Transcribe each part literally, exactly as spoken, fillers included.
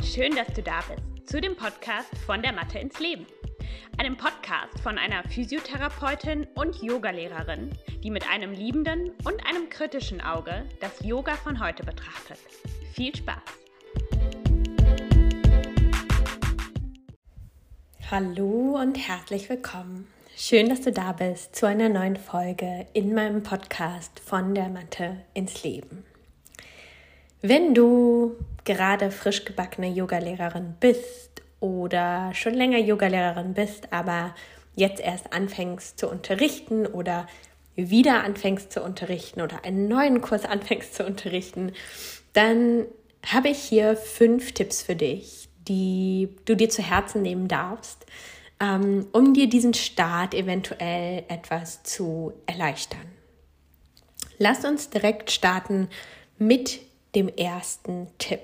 Schön, dass du da bist zu dem Podcast von der Mathe ins Leben. Einem Podcast von einer Physiotherapeutin und Yogalehrerin, die mit einem liebenden und einem kritischen Auge das Yoga von heute betrachtet. Viel Spaß! Hallo und herzlich willkommen. Schön, dass du da bist zu einer neuen Folge in meinem Podcast von der Mathe ins Leben. Wenn du gerade frisch gebackene Yogalehrerin bist oder schon länger Yogalehrerin bist, aber jetzt erst anfängst zu unterrichten oder wieder anfängst zu unterrichten oder einen neuen Kurs anfängst zu unterrichten, dann habe ich hier fünf Tipps für dich, die du dir zu Herzen nehmen darfst, ähm, um dir diesen Start eventuell etwas zu erleichtern. Lass uns direkt starten mit dem ersten Tipp.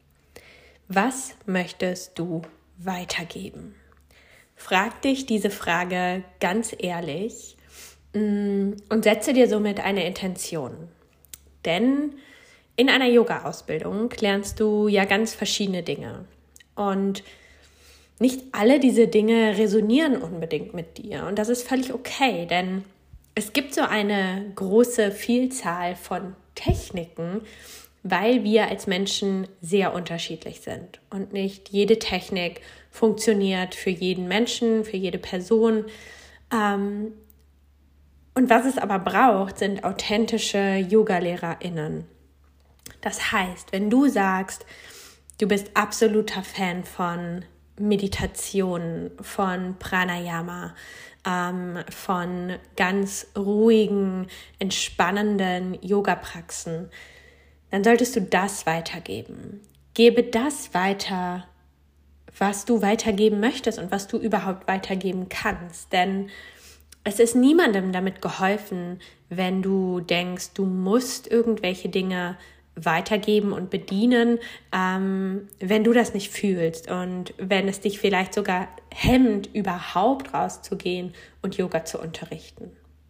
Was möchtest du weitergeben? Frag dich diese Frage ganz ehrlich und setze dir somit eine Intention. Denn in einer Yoga-Ausbildung lernst du ja ganz verschiedene Dinge. Und nicht alle diese Dinge resonieren unbedingt mit dir. Und das ist völlig okay, denn es gibt so eine große Vielzahl von Techniken, weil wir als Menschen sehr unterschiedlich sind. Und nicht jede Technik funktioniert für jeden Menschen, für jede Person. Und was es aber braucht, sind authentische Yoga-LehrerInnen. Das heißt, wenn du sagst, du bist absoluter Fan von Meditation, von Pranayama, ähm, von ganz ruhigen, entspannenden Yoga-Praxen, dann solltest du das weitergeben. Gebe das weiter, was du weitergeben möchtest und was du überhaupt weitergeben kannst. Denn es ist niemandem damit geholfen, wenn du denkst, du musst irgendwelche Dinge weitergeben und bedienen, ähm, wenn du das nicht fühlst und wenn es dich vielleicht sogar hemmt, überhaupt rauszugehen und Yoga zu unterrichten.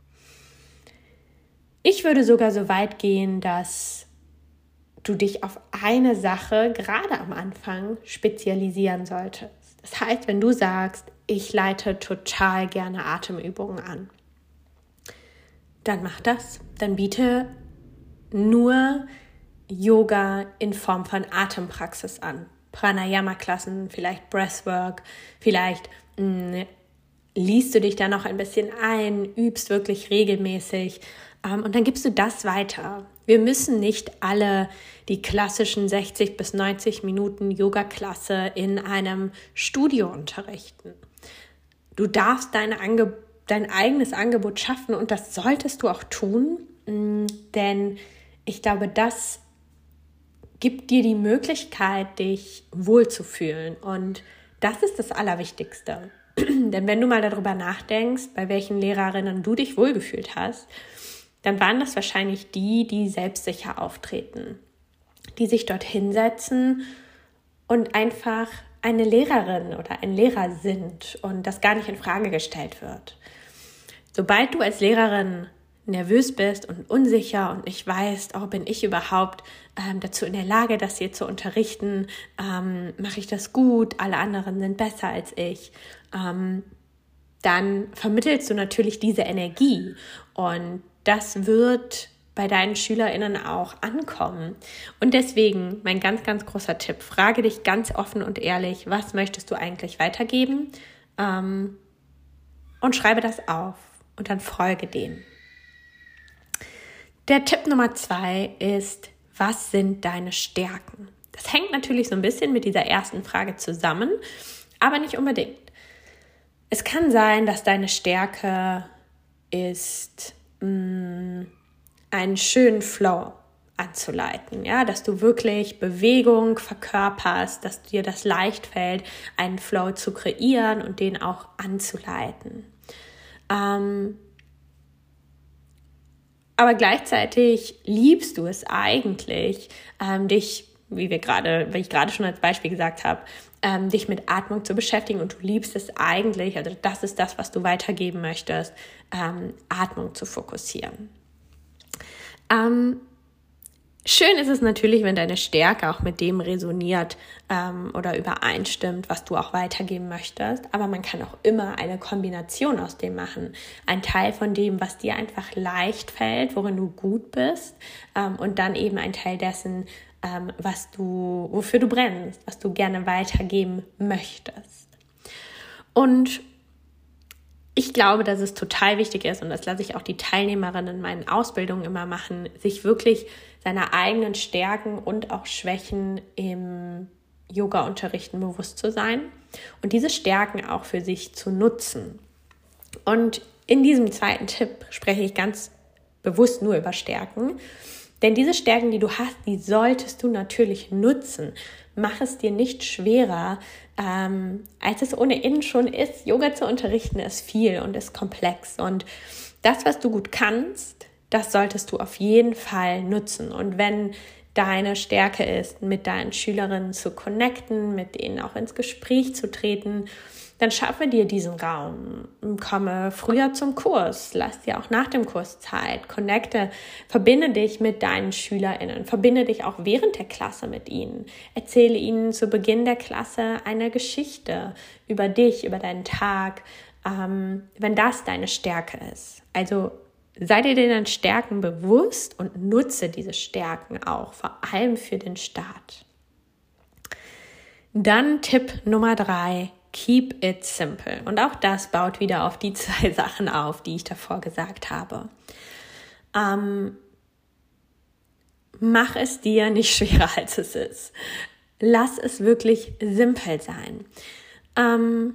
Ich würde sogar so weit gehen, dass du dich auf eine Sache gerade am Anfang spezialisieren solltest. Das heißt, wenn du sagst, ich leite total gerne Atemübungen an, dann mach das. Dann biete nur Yoga in Form von Atempraxis an. Pranayama-Klassen, vielleicht Breathwork, vielleicht mh, liest du dich da noch ein bisschen ein, übst wirklich regelmäßig ähm, und dann gibst du das weiter. Wir müssen nicht alle die klassischen sechzig bis neunzig Minuten Yoga-Klasse in einem Studio unterrichten. Du darfst deine Ange- dein eigenes Angebot schaffen und das solltest du auch tun, mh, denn ich glaube, das gibt dir die Möglichkeit, dich wohlzufühlen. Und das ist das Allerwichtigste. Denn wenn du mal darüber nachdenkst, bei welchen Lehrerinnen du dich wohlgefühlt hast, dann waren das wahrscheinlich die, die selbstsicher auftreten, die sich dort hinsetzen und einfach eine Lehrerin oder ein Lehrer sind und das gar nicht in Frage gestellt wird. Sobald du als Lehrerin nervös bist und unsicher und nicht weißt, oh, bin ich überhaupt ähm, dazu in der Lage, das hier zu unterrichten, ähm, mache ich das gut, alle anderen sind besser als ich, ähm, dann vermittelst du natürlich diese Energie und das wird bei deinen SchülerInnen auch ankommen. Und deswegen mein ganz, ganz großer Tipp, frage dich ganz offen und ehrlich, was möchtest du eigentlich weitergeben, ähm, und schreibe das auf und dann folge dem. Der Tipp Nummer zwei ist, was sind deine Stärken? Das hängt natürlich so ein bisschen mit dieser ersten Frage zusammen, aber nicht unbedingt. Es kann sein, dass deine Stärke ist, mh, einen schönen Flow anzuleiten, ja, dass du wirklich Bewegung verkörperst, dass dir das leicht fällt, einen Flow zu kreieren und den auch anzuleiten. Ähm, Aber gleichzeitig liebst du es eigentlich, ähm, dich, wie wir gerade, wie ich gerade schon als Beispiel gesagt habe, ähm, dich mit Atmung zu beschäftigen und du liebst es eigentlich, also das ist das, was du weitergeben möchtest, ähm, Atmung zu fokussieren. Ähm, Schön ist es natürlich, wenn deine Stärke auch mit dem resoniert ähm, oder übereinstimmt, was du auch weitergeben möchtest. Aber man kann auch immer eine Kombination aus dem machen. Ein Teil von dem, was dir einfach leicht fällt, worin du gut bist, ähm, und dann eben ein Teil dessen, ähm, was du, wofür du brennst, was du gerne weitergeben möchtest. Und ich glaube, dass es total wichtig ist, und das lasse ich auch die Teilnehmerinnen in meinen Ausbildungen immer machen, sich wirklich seiner eigenen Stärken und auch Schwächen im Yoga-Unterrichten bewusst zu sein und diese Stärken auch für sich zu nutzen. Und in diesem zweiten Tipp spreche ich ganz bewusst nur über Stärken, denn diese Stärken, die du hast, die solltest du natürlich nutzen. Mach es dir nicht schwerer, ähm, als es ohnehin schon ist. Yoga zu unterrichten ist viel und ist komplex. Und das, was du gut kannst, das solltest du auf jeden Fall nutzen. Und wenn deine Stärke ist, mit deinen Schülerinnen zu connecten, mit denen auch ins Gespräch zu treten, dann schaffe dir diesen Raum. Komme früher zum Kurs, lass dir auch nach dem Kurs Zeit, connecte, verbinde dich mit deinen SchülerInnen, verbinde dich auch während der Klasse mit ihnen. Erzähle ihnen zu Beginn der Klasse eine Geschichte über dich, über deinen Tag, ähm, wenn das deine Stärke ist. Also sei dir deinen Stärken bewusst und nutze diese Stärken auch, vor allem für den Start. Dann Tipp Nummer drei. Keep it simple. Und auch das baut wieder auf die zwei Sachen auf, die ich davor gesagt habe. Ähm, mach es dir nicht schwerer, als es ist. Lass es wirklich simpel sein. Ähm,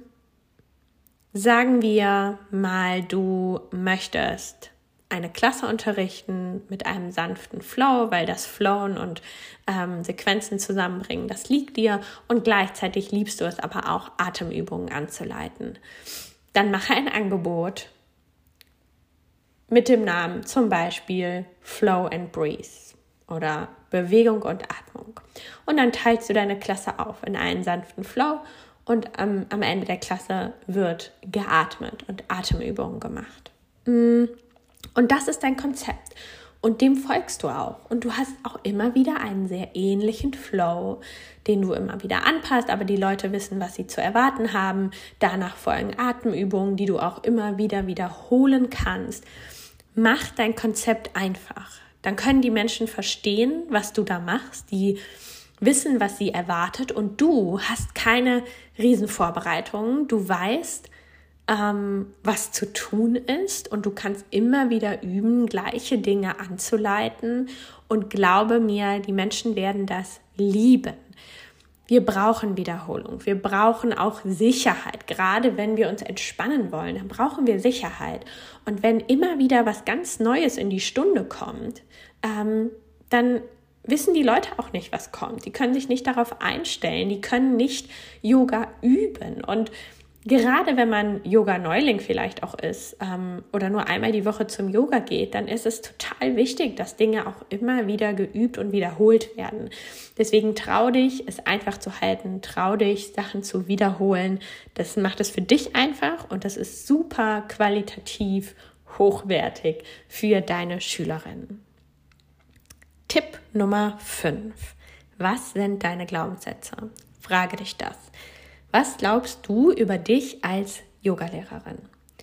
sagen wir mal, du möchtest eine Klasse unterrichten mit einem sanften Flow, weil das Flowen und ähm, Sequenzen zusammenbringen, das liegt dir, und gleichzeitig liebst du es aber auch, Atemübungen anzuleiten. Dann mache ein Angebot mit dem Namen zum Beispiel Flow and Breathe oder Bewegung und Atmung. Und dann teilst du deine Klasse auf in einen sanften Flow und ähm, am Ende der Klasse wird geatmet und Atemübungen gemacht. Mm. Und das ist dein Konzept und dem folgst du auch. Und du hast auch immer wieder einen sehr ähnlichen Flow, den du immer wieder anpasst, aber die Leute wissen, was sie zu erwarten haben. Danach folgen Atemübungen, die du auch immer wieder wiederholen kannst. Mach dein Konzept einfach. Dann können die Menschen verstehen, was du da machst. Die wissen, was sie erwartet, und du hast keine Riesenvorbereitungen. Du weißt, Ähm, was zu tun ist, und du kannst immer wieder üben, gleiche Dinge anzuleiten, und glaube mir, die Menschen werden das lieben. Wir brauchen Wiederholung, wir brauchen auch Sicherheit, gerade wenn wir uns entspannen wollen, dann brauchen wir Sicherheit, und wenn immer wieder was ganz Neues in die Stunde kommt, ähm, dann wissen die Leute auch nicht, was kommt, die können sich nicht darauf einstellen, die können nicht Yoga üben. Und gerade wenn man Yoga-Neuling vielleicht auch ist ähm, oder nur einmal die Woche zum Yoga geht, dann ist es total wichtig, dass Dinge auch immer wieder geübt und wiederholt werden. Deswegen trau dich, es einfach zu halten, trau dich, Sachen zu wiederholen. Das macht es für dich einfach, und das ist super qualitativ hochwertig für deine Schülerinnen. Tipp Nummer fünf. Was sind deine Glaubenssätze? Frage dich das. Was glaubst du über dich als Yogalehrerin?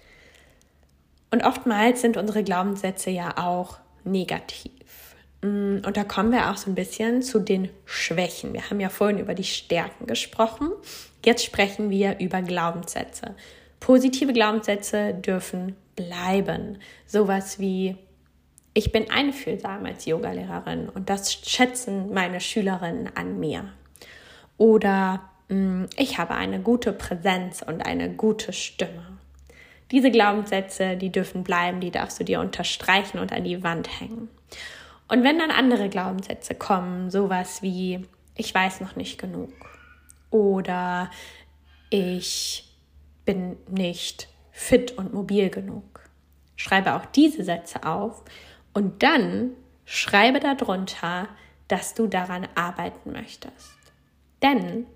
Und oftmals sind unsere Glaubenssätze ja auch negativ. Und da kommen wir auch so ein bisschen zu den Schwächen. Wir haben ja vorhin über die Stärken gesprochen. Jetzt sprechen wir über Glaubenssätze. Positive Glaubenssätze dürfen bleiben. Sowas wie: Ich bin einfühlsam als Yogalehrerin und das schätzen meine Schülerinnen an mir. Oder ich habe eine gute Präsenz und eine gute Stimme. Diese Glaubenssätze, die dürfen bleiben, die darfst du dir unterstreichen und an die Wand hängen. Und wenn dann andere Glaubenssätze kommen, sowas wie: Ich weiß noch nicht genug oder ich bin nicht fit und mobil genug, schreibe auch diese Sätze auf und dann schreibe darunter, dass du daran arbeiten möchtest. Denn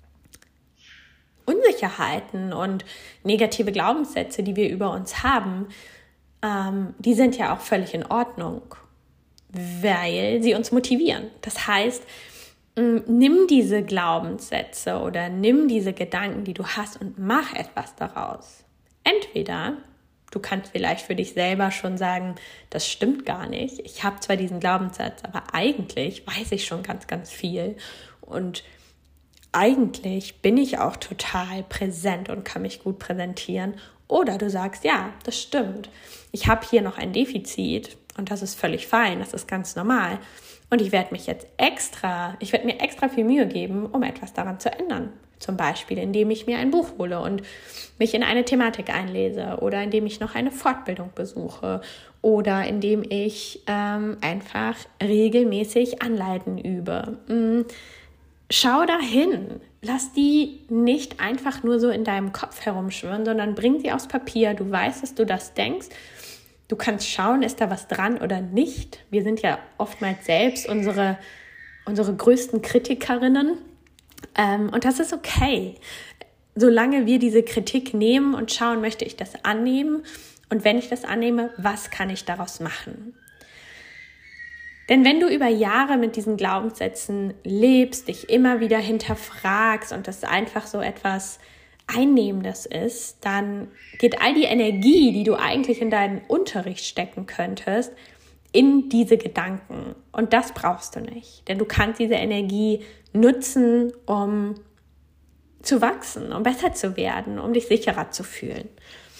Unsicherheiten und negative Glaubenssätze, die wir über uns haben, ähm, die sind ja auch völlig in Ordnung. weil sie uns motivieren. Das heißt, nimm diese Glaubenssätze oder nimm diese Gedanken, die du hast, und mach etwas daraus. Entweder du kannst vielleicht für dich selber schon sagen, das stimmt gar nicht. Ich habe zwar diesen Glaubenssatz, aber eigentlich weiß ich schon ganz, ganz viel. Und eigentlich bin ich auch total präsent und kann mich gut präsentieren. Oder du sagst, ja, das stimmt. Ich habe hier noch ein Defizit und das ist völlig fein, das ist ganz normal. Und ich werde mich jetzt extra, ich werde mir extra viel Mühe geben, um etwas daran zu ändern. Zum Beispiel, indem ich mir ein Buch hole und mich in eine Thematik einlese oder indem ich noch eine Fortbildung besuche oder indem ich ähm, einfach regelmäßig Anleiten übe. Mm, schau dahin. Lass die nicht einfach nur so in deinem Kopf herumschwirren, sondern bring sie aufs Papier. Du weißt, dass du das denkst. Du kannst schauen, ist da was dran oder nicht. Wir sind ja oftmals selbst unsere, unsere größten Kritikerinnen. Ähm, und das ist okay. Solange wir diese Kritik nehmen und schauen, möchte ich das annehmen? Und wenn ich das annehme, was kann ich daraus machen? Denn wenn du über Jahre mit diesen Glaubenssätzen lebst, dich immer wieder hinterfragst und das einfach so etwas Einnehmendes ist, dann geht all die Energie, die du eigentlich in deinen Unterricht stecken könntest, in diese Gedanken. Und das brauchst du nicht. Denn du kannst diese Energie nutzen, um zu wachsen, um besser zu werden, um dich sicherer zu fühlen.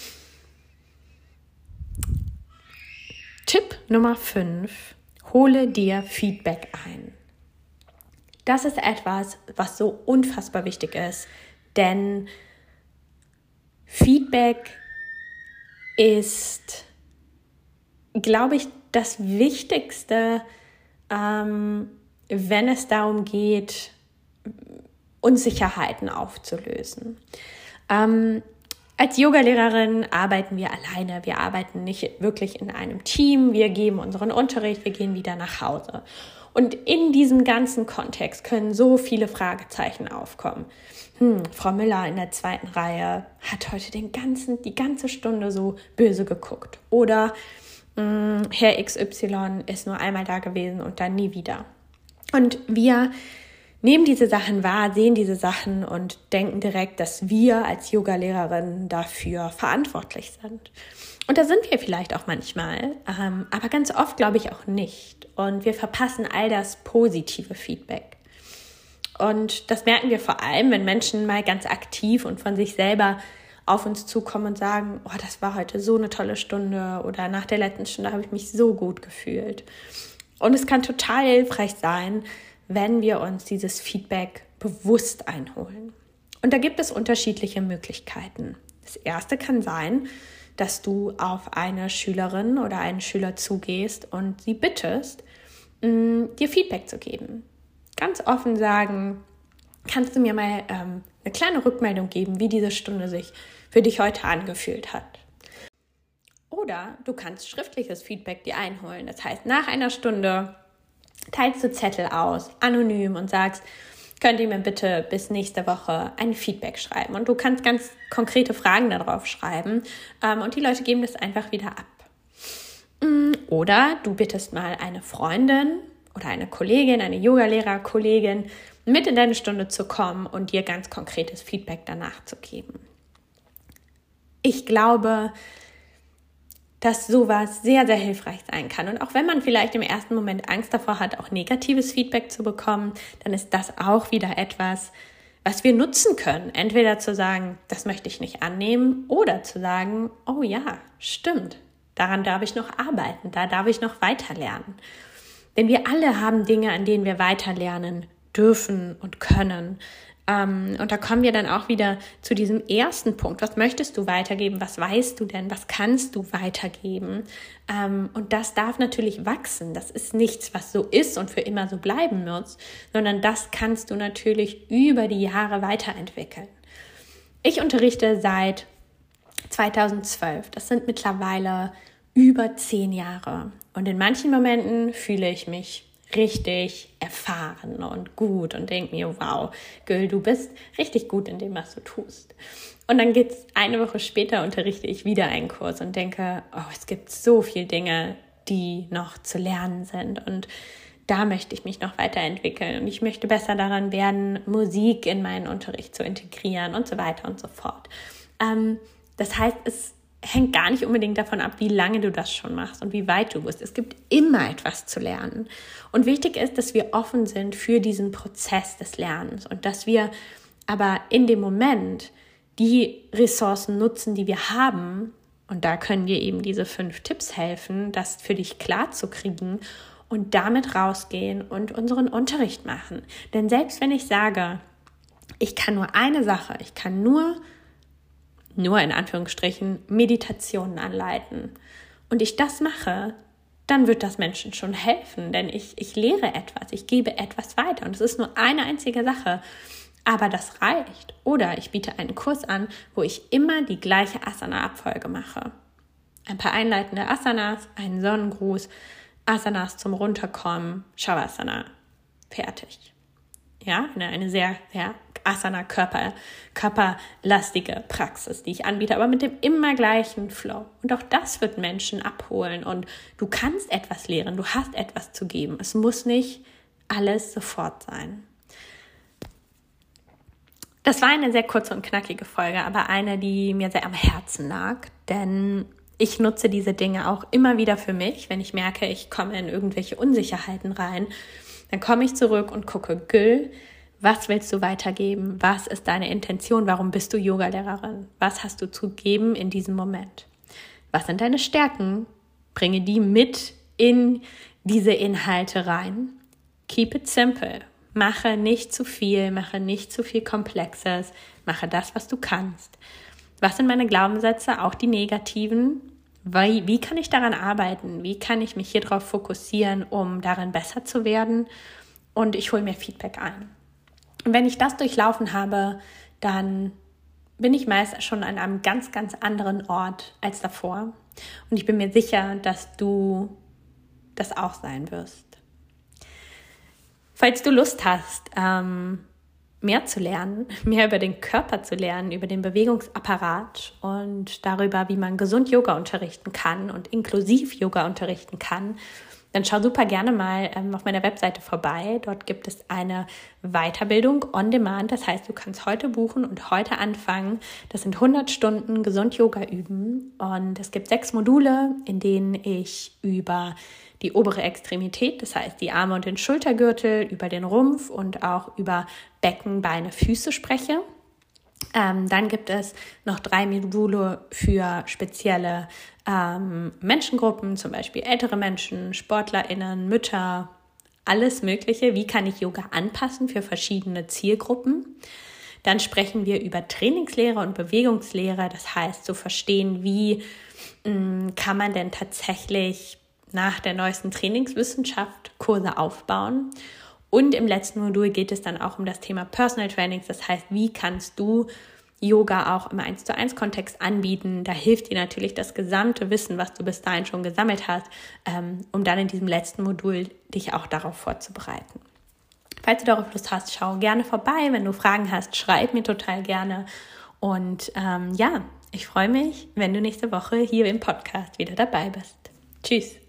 Tipp Nummer fünf. Hole dir Feedback ein. Das ist etwas, was so unfassbar wichtig ist, denn Feedback ist, glaube ich, das Wichtigste, ähm, wenn es darum geht, Unsicherheiten aufzulösen. Ähm, als Yogalehrerin arbeiten wir alleine. Wir arbeiten nicht wirklich in einem Team. Wir geben unseren Unterricht, wir gehen wieder nach Hause. Und in diesem ganzen Kontext können so viele Fragezeichen aufkommen. Hm, Frau Müller in der zweiten Reihe hat heute den ganzen, die ganze Stunde so böse geguckt. Oder hm, Herr X Y ist nur einmal da gewesen und dann nie wieder. Und wir nehmen diese Sachen wahr, sehen diese Sachen und denken direkt, dass wir als Yoga-Lehrerinnen dafür verantwortlich sind. Und da sind wir vielleicht auch manchmal, ähm, aber ganz oft glaube ich auch nicht. Und wir verpassen all das positive Feedback. Und das merken wir vor allem, wenn Menschen mal ganz aktiv und von sich selber auf uns zukommen und sagen, oh, das war heute so eine tolle Stunde oder nach der letzten Stunde habe ich mich so gut gefühlt. Und es kann total hilfreich sein, wenn wir uns dieses Feedback bewusst einholen. Und da gibt es unterschiedliche Möglichkeiten. Das erste kann sein, dass du auf eine Schülerin oder einen Schüler zugehst und sie bittest, mh, dir Feedback zu geben. Ganz offen sagen, kannst du mir mal ähm, eine kleine Rückmeldung geben, wie diese Stunde sich für dich heute angefühlt hat. Oder du kannst schriftliches Feedback dir einholen. Das heißt, nach einer Stunde teilst du Zettel aus, anonym, und sagst, könnt ihr mir bitte bis nächste Woche ein Feedback schreiben. Und du kannst ganz konkrete Fragen darauf schreiben ähm, und die Leute geben das einfach wieder ab. Oder du bittest mal eine Freundin oder eine Kollegin, eine Yoga-Lehrer-Kollegin mit in deine Stunde zu kommen und dir ganz konkretes Feedback danach zu geben. Ich glaube, dass sowas sehr, sehr hilfreich sein kann. Und auch wenn man vielleicht im ersten Moment Angst davor hat, auch negatives Feedback zu bekommen, dann ist das auch wieder etwas, was wir nutzen können. Entweder zu sagen, das möchte ich nicht annehmen, oder zu sagen, oh ja, stimmt, daran darf ich noch arbeiten, da darf ich noch weiterlernen. Denn wir alle haben Dinge, an denen wir weiterlernen dürfen und können. Und da kommen wir dann auch wieder zu diesem ersten Punkt. Was möchtest du weitergeben? Was weißt du denn? Was kannst du weitergeben? Und das darf natürlich wachsen. Das ist nichts, was so ist und für immer so bleiben muss, sondern das kannst du natürlich über die Jahre weiterentwickeln. Ich unterrichte seit zweitausendzwölf. Das sind mittlerweile über zehn Jahre. Und in manchen Momenten fühle ich mich richtig erfahren und gut und denke mir, wow, Gül, du bist richtig gut in dem, was du tust. Und dann geht's eine Woche später, unterrichte ich wieder einen Kurs und denke, oh, es gibt so viele Dinge, die noch zu lernen sind. Und da möchte ich mich noch weiterentwickeln und ich möchte besser daran werden, Musik in meinen Unterricht zu integrieren und so weiter und so fort. Ähm, das heißt, es hängt gar nicht unbedingt davon ab, wie lange du das schon machst und wie weit du bist. Es gibt immer etwas zu lernen. Und wichtig ist, dass wir offen sind für diesen Prozess des Lernens und dass wir aber in dem Moment die Ressourcen nutzen, die wir haben. Und da können dir eben diese fünf Tipps helfen, das für dich klar zu kriegen und damit rausgehen und unseren Unterricht machen. Denn selbst wenn ich sage, ich kann nur eine Sache, ich kann nur nur in Anführungsstrichen Meditationen anleiten und ich das mache, dann wird das Menschen schon helfen, denn ich, ich lehre etwas, ich gebe etwas weiter und es ist nur eine einzige Sache, aber das reicht. Oder ich biete einen Kurs an, wo ich immer die gleiche Asana-Abfolge mache. Ein paar einleitende Asanas, einen Sonnengruß, Asanas zum Runterkommen, Shavasana, fertig. Ja, eine, eine sehr, sehr Asana-Körper, körperlastige Praxis, die ich anbiete, aber mit dem immer gleichen Flow. Und auch das wird Menschen abholen und du kannst etwas lehren, du hast etwas zu geben. Es muss nicht alles sofort sein. Das war eine sehr kurze und knackige Folge, aber eine, die mir sehr am Herzen lag, denn ich nutze diese Dinge auch immer wieder für mich, wenn ich merke, ich komme in irgendwelche Unsicherheiten rein, dann komme ich zurück und gucke, Gül, was willst du weitergeben? Was ist deine Intention? Warum bist du Yogalehrerin? Was hast du zu geben in diesem Moment? Was sind deine Stärken? Bringe die mit in diese Inhalte rein. Keep it simple. Mache nicht zu viel, mache nicht zu viel Komplexes. Mache das, was du kannst. Was sind meine Glaubenssätze, auch die negativen? Wie, wie kann ich daran arbeiten? Wie kann ich mich hier drauf fokussieren, um darin besser zu werden? Und ich hole mir Feedback ein. Und wenn ich das durchlaufen habe, dann bin ich meist schon an einem ganz, ganz anderen Ort als davor. Und ich bin mir sicher, dass du das auch sein wirst. Falls du Lust hast, ähm, mehr zu lernen, mehr über den Körper zu lernen, über den Bewegungsapparat und darüber, wie man gesund Yoga unterrichten kann und inklusiv Yoga unterrichten kann, dann schau super gerne mal ähm, auf meiner Webseite vorbei. Dort gibt es eine Weiterbildung on demand. Das heißt, du kannst heute buchen und heute anfangen. Das sind hundert Stunden gesund Yoga üben. Und es gibt sechs Module, in denen ich über die obere Extremität, das heißt die Arme und den Schultergürtel, über den Rumpf und auch über Becken, Beine, Füße spreche. Ähm, dann gibt es noch drei Module für spezielle ähm, Menschengruppen, zum Beispiel ältere Menschen, SportlerInnen, Mütter, alles Mögliche. Wie kann ich Yoga anpassen für verschiedene Zielgruppen? Dann sprechen wir über Trainingslehre und Bewegungslehre, das heißt zu verstehen, wie mh, kann man denn tatsächlich nach der neuesten Trainingswissenschaft Kurse aufbauen. Und im letzten Modul geht es dann auch um das Thema Personal Trainings. Das heißt, wie kannst du Yoga auch im eins zu eins Kontext anbieten? Da hilft dir natürlich das gesamte Wissen, was du bis dahin schon gesammelt hast, ähm, um dann in diesem letzten Modul dich auch darauf vorzubereiten. Falls du darauf Lust hast, schau gerne vorbei. Wenn du Fragen hast, schreib mir total gerne. Und ähm, ja, ich freue mich, wenn du nächste Woche hier im Podcast wieder dabei bist. Tschüss.